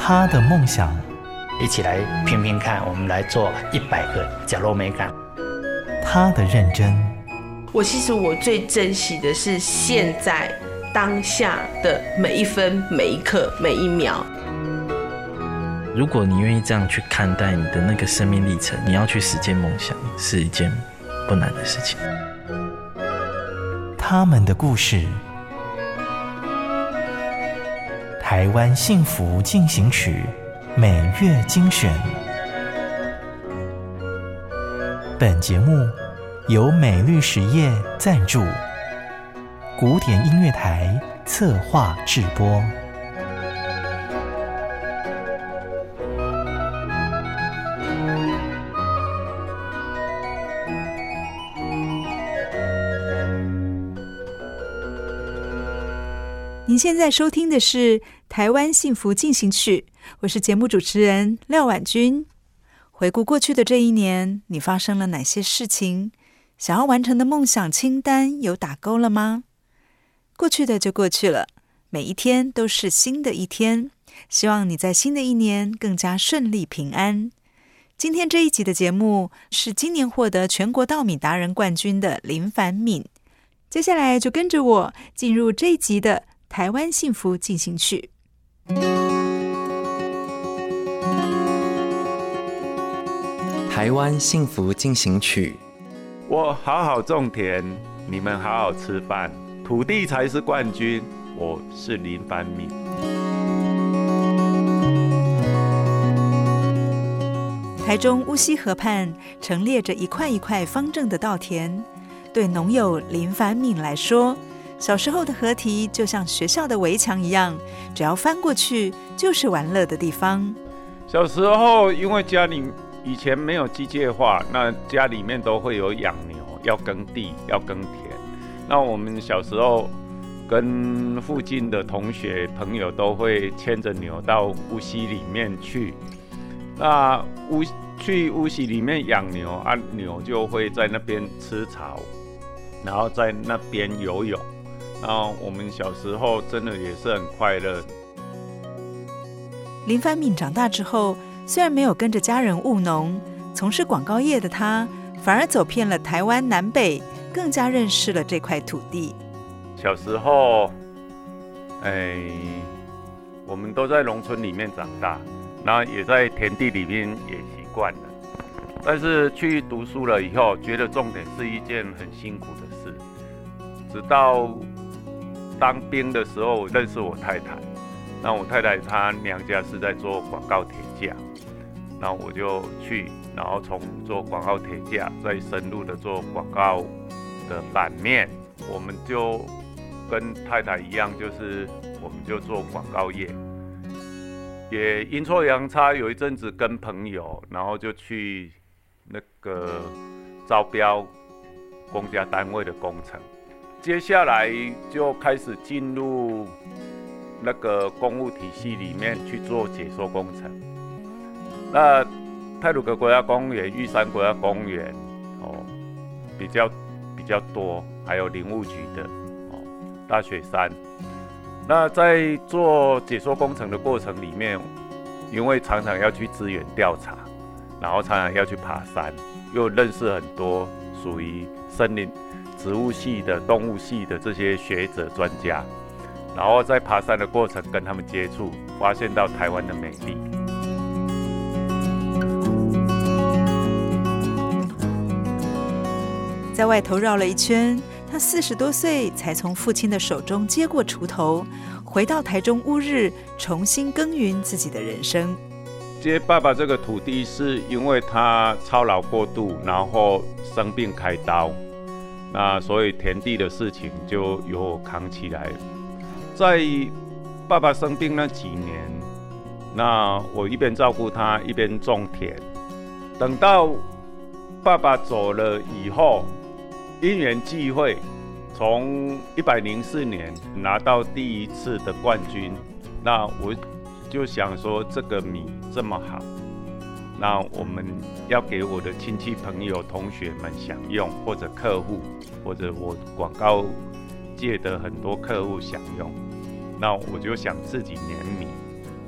他的梦想， 一起来拼拼看，我们来做100个角落美感。 他的认真， 其实我最珍惜的是现在当下的每一分每一刻每一秒。 如果你愿意这样去看待你的那个生命历程，你要去实践梦想是一件不难的事情。 他们的故事，台湾幸福进行曲每月精选。本节目由美律实业赞助，古典音乐台策划制播。 您现在收听的是台湾幸福进行曲，我是节目主持人廖婉君。回顾过去的这一年，你发生了哪些事情？想要完成的梦想清单有打勾了吗？过去的就过去了，每一天都是新的一天，希望你在新的一年更加顺利平安。今天这一集的节目是今年获得全国稻米达人冠军的林凡敏。接下来就跟着我进入这一集的台湾幸福进行曲。 台湾幸福进行曲。 我好好种田，你们好好吃饭，土地才是冠军。我是林凡敏。 台中乌溪河畔陈列着一块一块方正的稻田，对农友林凡敏来说，小时候的河堤就像学校的围墙一样，只要翻过去就是玩乐的地方。 小时候因为家里以前没有机械化，那家里面都会有养牛，要耕地要耕田。那我们小时候跟附近的同学朋友都会牵着牛到乌溪里面去。那去乌溪里面养牛啊，牛就会在那边吃草，然后在那边游泳。然后我们小时候真的也是很快乐。 林凡敏长大之后，虽然没有跟着家人务农，从事广告业的他，反而走遍了台湾南北，更加认识了这块土地。 小时候，我们都在农村里面长大，然后也在田地里面也习惯了。但是去读书了以后，觉得种田是一件很辛苦的事。直到当兵的时候认识我太太，那我太太她娘家是在做广告铁架，那我就去，然后从做广告铁架，再深入的做广告的版面。我们就跟太太一样，就是我们就做广告业，也阴错阳差有一阵子跟朋友，然后就去那个招标公家单位的工程。接下来就开始进入那个公务体系里面去做解说工程。那太鲁阁国家公园、玉山国家公园比较多，还有林务局的大雪山。那在做解说工程的过程里面，因为常常要去资源调查，然后常常要去爬山，又认识很多属于森林植物系的、动物系的这些学者专家，然后在爬山的过程跟他们接触，发现到台湾的美丽。 在外头绕了一圈，他40多岁才从父亲的手中接过锄头，回到台中乌日，重新耕耘自己的人生。 接爸爸这个土地是因为他操劳过度，然后生病开刀，那所以田地的事情就由我扛起来。在爸爸生病那几年，那我一边照顾他，一边种田。等到爸爸走了以后，因缘际会，从104年拿到第一次的冠军，那我就想说这个米这么好，那我们要给我的亲戚朋友同学们享用，或者客户，或者我广告界的很多客户享用，那我就想自己碾米。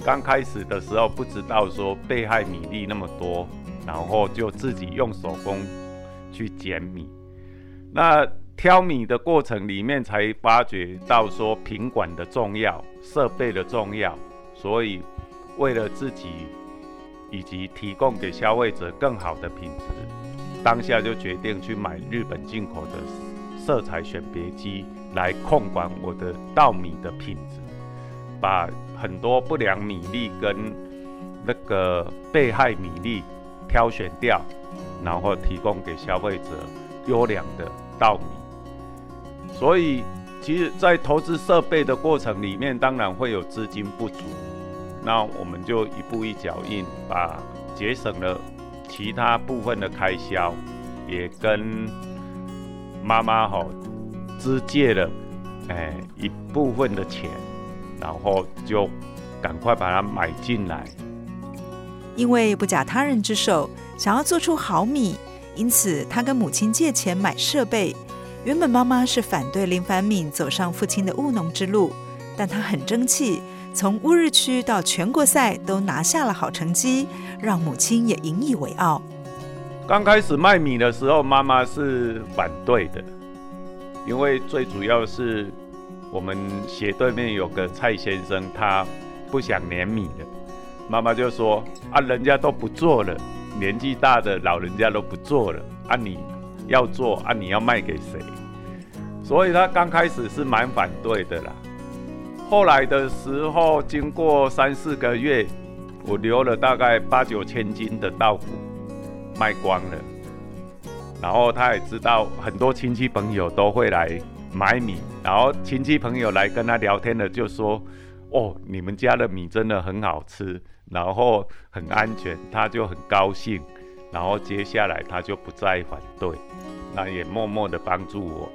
刚开始的时候不知道说被害米粒那么多，然后就自己用手工去捡米。那挑米的过程里面才发觉到说品管的重要，设备的重要，所以为了自己以及提供给消费者更好的品质，当下就决定去买日本进口的色彩选别机来控管我的稻米的品质，把很多不良米粒跟那个被害米粒挑选掉，然后提供给消费者优良的稻米。所以其实在投资设备的过程里面，当然会有资金不足，那我们就一步一脚印，把节省了其他部分的开销，也跟妈妈资借了一部分的钱，然后就赶快把它买进来。 因为不假他人之手，想要做出好米，因此他跟母亲借钱买设备。原本妈妈是反对林繁敏走上父亲的务农之路，但他很争气，从乌日区到全国赛都拿下了好成绩，让母亲也引以为傲。 刚开始卖米的时候，妈妈是反对的，因为最主要是我们斜对面有个蔡先生，他不想碾米了，妈妈就说人家都不做了，年纪大的老人家都不做了，你要做你要卖给谁？所以他刚开始是蛮反对的啦。后来的时候，经过3-4个月，我留了大概8-9千斤的稻谷卖光了，然后他也知道很多亲戚朋友都会来买米，然后亲戚朋友来跟他聊天的就说：“你们家的米真的很好吃，然后很安全。”他就很高兴。然后接下来他就不再反对，那也默默的帮助我。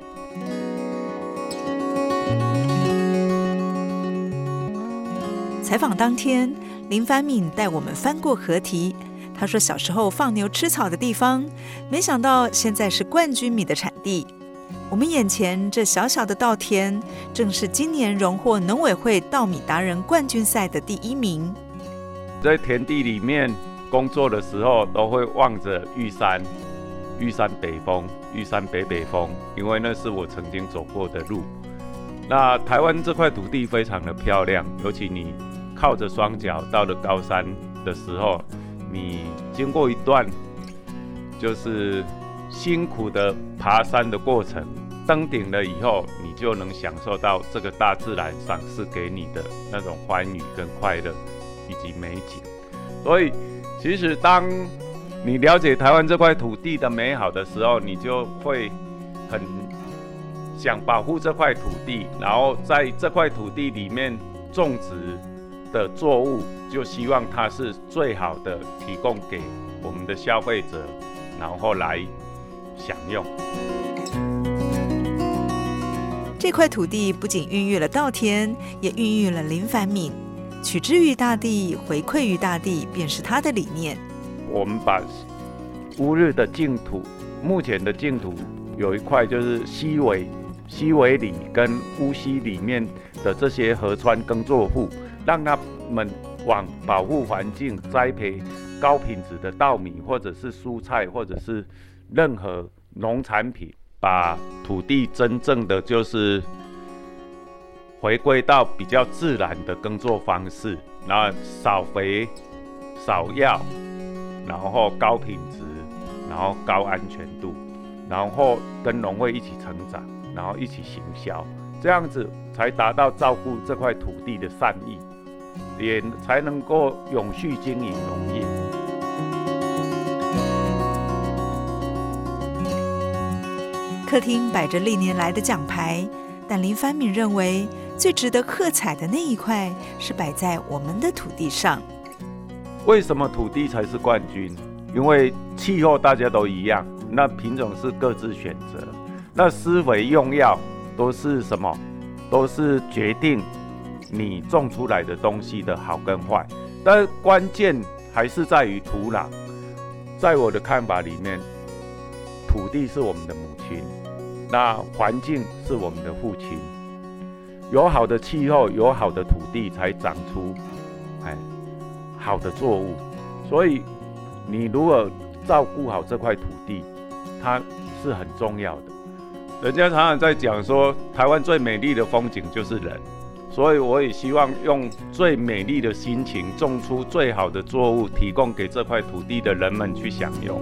采访当天，林繁敏带我们翻过河堤。他说小时候放牛吃草的地方，没想到现在是冠军米的产地。我们眼前这小小的稻田，正是今年荣获农委会稻米达人冠军赛的第1名。 在田地里面工作的时候，都会望着玉山北峰、玉山北峰，因为那是我曾经走过的路。那台湾这块土地非常的漂亮，尤其你靠着双脚到了高山的时候，你经过一段就是辛苦的爬山的过程，登顶了以后，你就能享受到这个大自然赏赐给你的那种欢愉跟快乐以及美景。所以其实当你了解台湾这块土地的美好的时候，你就会很想保护这块土地，然后在这块土地里面种植的作物，就希望它是最好的提供给我们的消费者，然后来享用。 这块土地不仅孕育了稻田，也孕育了林繁敏。取之于大地，回馈于大地，便是他的理念。 我们把乌日的净土，目前的净土有一块就是西尾里跟乌溪里面的这些河川耕作户，让他们往保护环境、栽培高品质的稻米，或者是蔬菜，或者是任何农产品，把土地真正的就是回归到比较自然的耕作方式，然后少肥、少药，然后高品质，然后高安全度，然后跟农会一起成长，然后一起行销，这样子才达到照顾这块土地的善意，也才能够永续经营农业。 客厅摆着历年来的奖牌，但林繁敏认为最值得喝彩的那一块是摆在我们的土地上。 为什么土地才是冠军？因为气候大家都一样，那品种是各自选择，那施肥用药都是什么？都是决定你种出来的东西的好跟坏。但关键还是在于土壤。在我的看法里面，土地是我们的母亲，那环境是我们的父亲。有好的气候，有好的土地，才长出好的作物。所以你如果照顾好这块土地，它是很重要的。人家常常在讲说，台湾最美丽的风景就是人，所以我也希望用最美丽的心情，种出最好的作物，提供给这块土地的人们去享用。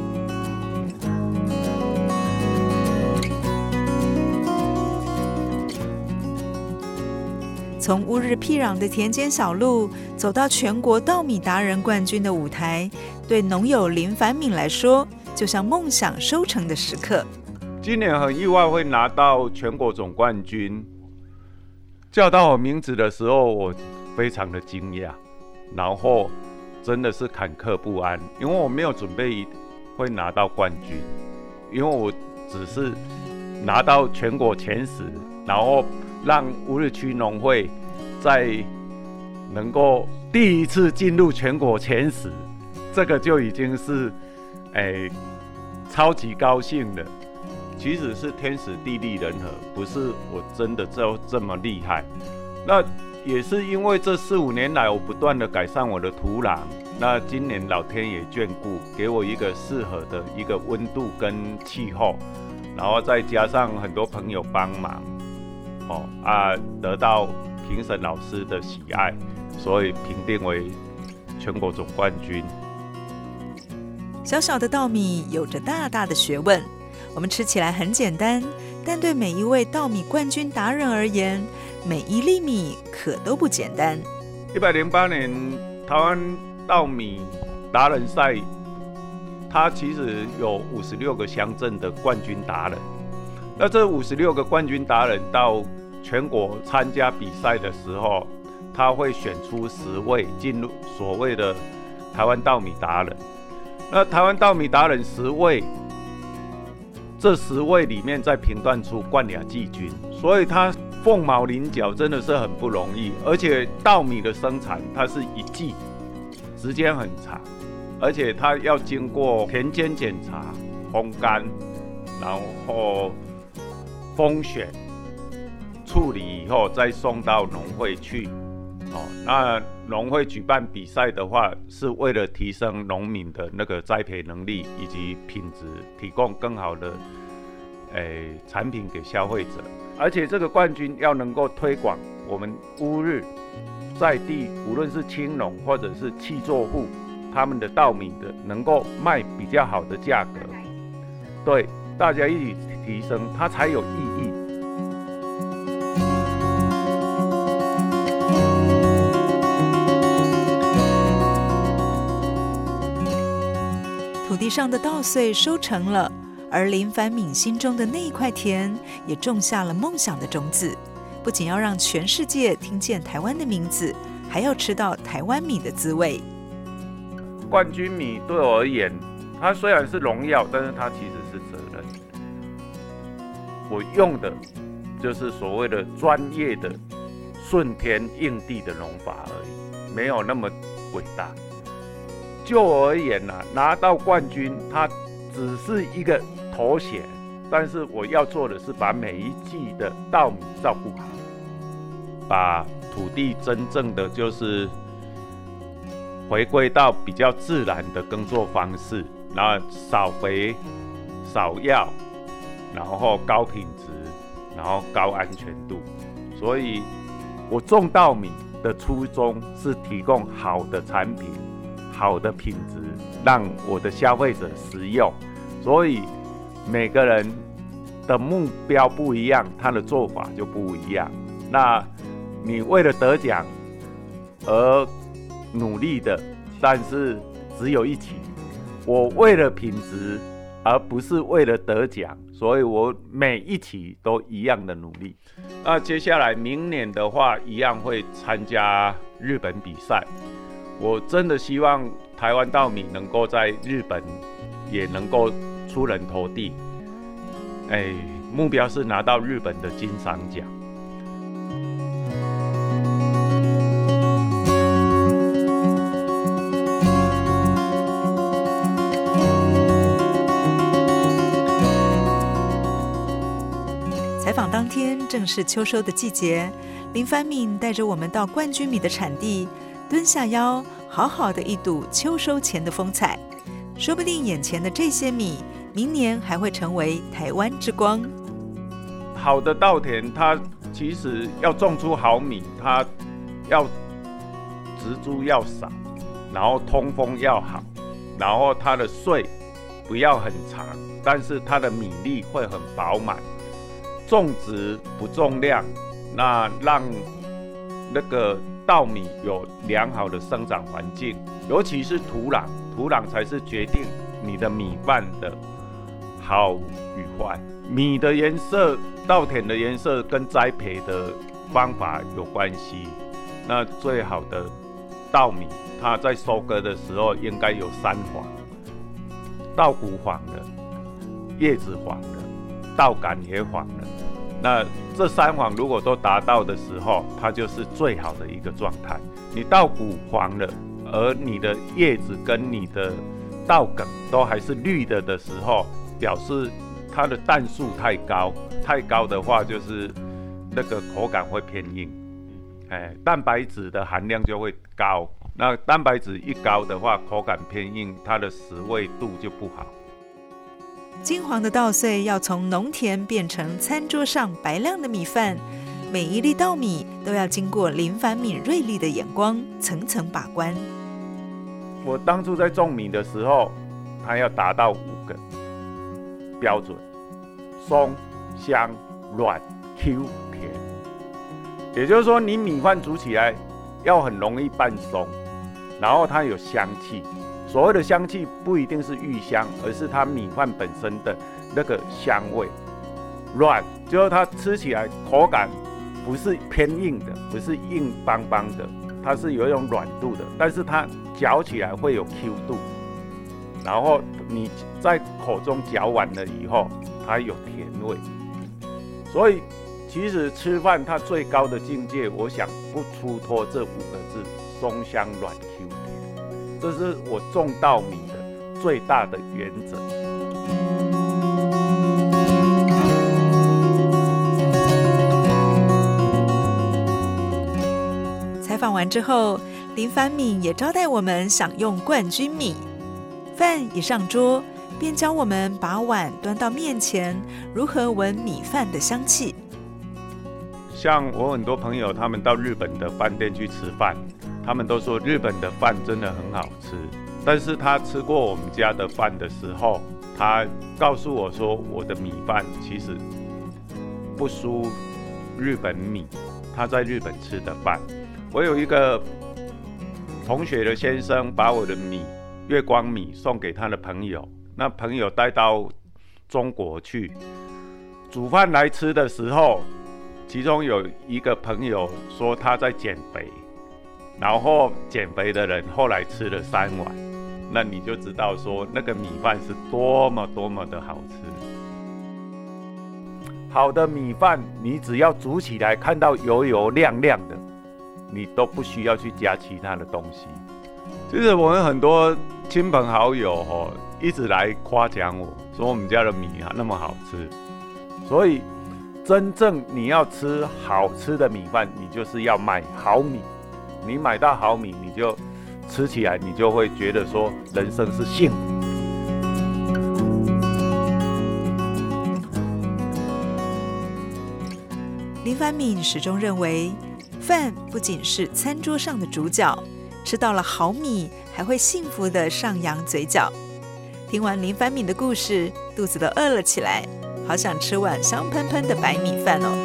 从乌日僻壤的田间小路走到全国稻米达人冠军的舞台，对农友林繁敏来说，就像梦想收成的时刻。 今年很意外会拿到全国总冠军，叫到我名字的时候，我非常的惊讶，然后真的是坎坷不安，因为我没有准备会拿到冠军，因为我只是拿到全国前10，然后让乌日区农会在能够第一次进入全国前10，这个就已经是超级高兴的。其实是天时地利人和，不是我真的这么厉害。那也是因为这4、5年来，我不断的改善我的土壤。那今年老天爷眷顾，给我一个适合的一个温度跟气候，然后再加上很多朋友帮忙，得到评审老师的喜爱，所以评定为全国总冠军。 小小的稻米有着大大的学问，我们吃起来很简单，但对每一位稻米冠军达人而言，每一粒米可都不简单。 108年台湾稻米达人赛，它其实有56个乡镇的冠军达人。那这56个冠军达人到全国参加比赛的时候，他会选出10位进入所谓的台湾稻米达人。那台湾稻米达人10位，这10位里面再评断出冠亚季军，所以他凤毛麟角，真的是很不容易。而且稻米的生产它是一季，时间很长，而且它要经过田间检查、烘干，然后风选、处理以后再送到农会去。那农会举办比赛的话，是为了提升农民的那个栽培能力以及品质，提供更好的产品给消费者。而且这个冠军要能够推广我们乌日在地，无论是青农或者是契作户，他们的稻米的能够卖比较好的价格，对大家一起提升，它才有意义。 土地上的稻穗收成了，而林繁敏心中的那一块田也种下了梦想的种子，不仅要让全世界听见台湾的名字，还要吃到台湾米的滋味。 冠军米对我而言，它虽然是荣耀，但是它其实是责任。我用的就是所谓的专业的顺天应地的农法而已，没有那么伟大。就我而言拿到冠军，它只是一个头衔，但是我要做的是把每一季的稻米照顾好，把土地真正的就是回归到比较自然的耕作方式，然后少肥、少药，然后高品质，然后高安全度。所以我种稻米的初衷是提供好的产品、好的品质，让我的消费者食用。所以每个人的目标不一样，他的做法就不一样。那你为了得奖而努力的，但是只有一期。我为了品质，而不是为了得奖，所以我每一期都一样的努力。那接下来明年的话，一样会参加日本比赛。我真的希望台湾稻米能够在日本也能够出人头地。目标是拿到日本的金赏奖。 采访当天正是秋收的季节，林繁敏带着我们到冠军米的产地， 蹲下腰，好好的一睹秋收前的风采。说不定眼前的这些米，明年还会成为台湾之光。 好的稻田，它其实要种出好米，它要植株要少，然后通风要好，然后它的穗不要很长，但是它的米粒会很饱满。种植不重量，那让那个稻米有良好的生长环境，尤其是土壤，土壤才是决定你的米饭的好与坏。米的颜色，稻田的颜色跟栽培的方法有关系。那最好的稻米，它在收割的时候应该有3黄：稻谷黄了，叶子黄了，稻杆也黄了。那这3黄如果都达到的时候，它就是最好的一个状态。你稻谷黄了，而你的叶子跟你的稻梗都还是绿的时候，表示它的氮素太高，太高的话就是那个口感会偏硬，蛋白质的含量就会高。那蛋白质一高的话，口感偏硬，它的食味度就不好。 金黄的稻穗要从农田变成餐桌上白亮的米饭，每一粒稻米都要经过林繁敏锐利的眼光层层把关。 我当初在种米的时候，它要达到5个标准：松、香、软、Q、甜。也就是说，你米饭煮起来要很容易半松，然后它有香气。所谓的香气不一定是芋香，而是它米饭本身的那个香味。软就是它吃起来口感不是偏硬的，不是硬邦邦的，它是有一种软度的，但是它嚼起来会有 Q 度，然后你在口中嚼完了以后，它有甜味。所以其实吃饭它最高的境界，我想不出脱这5个字：松香软 Q 甜。这是我种稻米的最大的原则。 采访完之后，林繁敏也招待我们享用冠军米。饭一上桌，便教我们把碗端到面前，如何闻米饭的香气。 像我很多朋友，他们到日本的饭店去吃饭，他们都说日本的饭真的很好吃。但是他吃过我们家的饭的时候，他告诉我说，我的米饭其实不输日本米，他在日本吃的饭。我有一个同学的先生把我的米月光米送给他的朋友，那朋友带到中国去煮饭来吃的时候，其中有一个朋友说他在减肥，然后减肥的人后来吃了3碗，那你就知道说那个米饭是多么多么的好吃。好的米饭，你只要煮起来看到油油亮亮的，你都不需要去加其他的东西。其实我们很多亲朋好友一直来夸奖我说我们家的米那么好吃，所以真正你要吃好吃的米饭，你就是要买好米。你买到好米，你就吃起来，你就会觉得说人生是幸福。 林繁敏始终认为，饭不仅是餐桌上的主角，吃到了好米，还会幸福地上扬嘴角。听完林繁敏的故事，肚子都饿了起来，好想吃碗香喷喷的白米饭哦。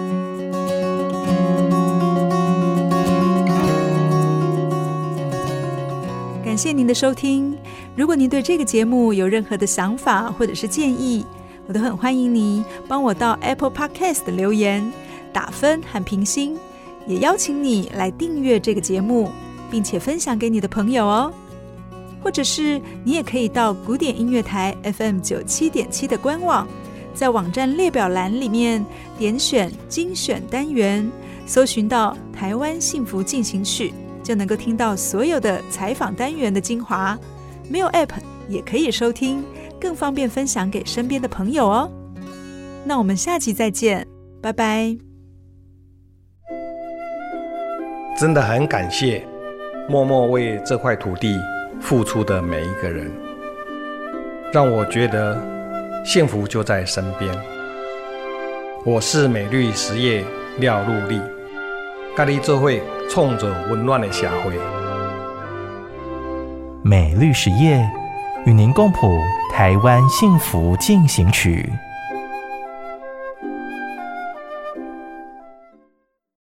感谢您的收听。如果您对这个节目有任何的想法或者是建议，我都很欢迎你帮我到 Apple Podcast 留言、打分和评星，也邀请你来订阅这个节目，并且分享给你的朋友哦。或者是你也可以到古典音乐台 FM97.7 的官网，在网站列表栏里面点选精选单元，搜寻到台湾幸福进行曲，就能够听到所有的采访单元的精华。没有 App 也可以收听，更方便分享给身边的朋友哦。那我们下期再见，拜拜。 真的很感谢默默为这块土地付出的每一个人，让我觉得幸福就在身边。我是美绿实业廖陆力，跟你做伙创造温暖的社会。 美绿实业与您共谱台湾幸福进行曲。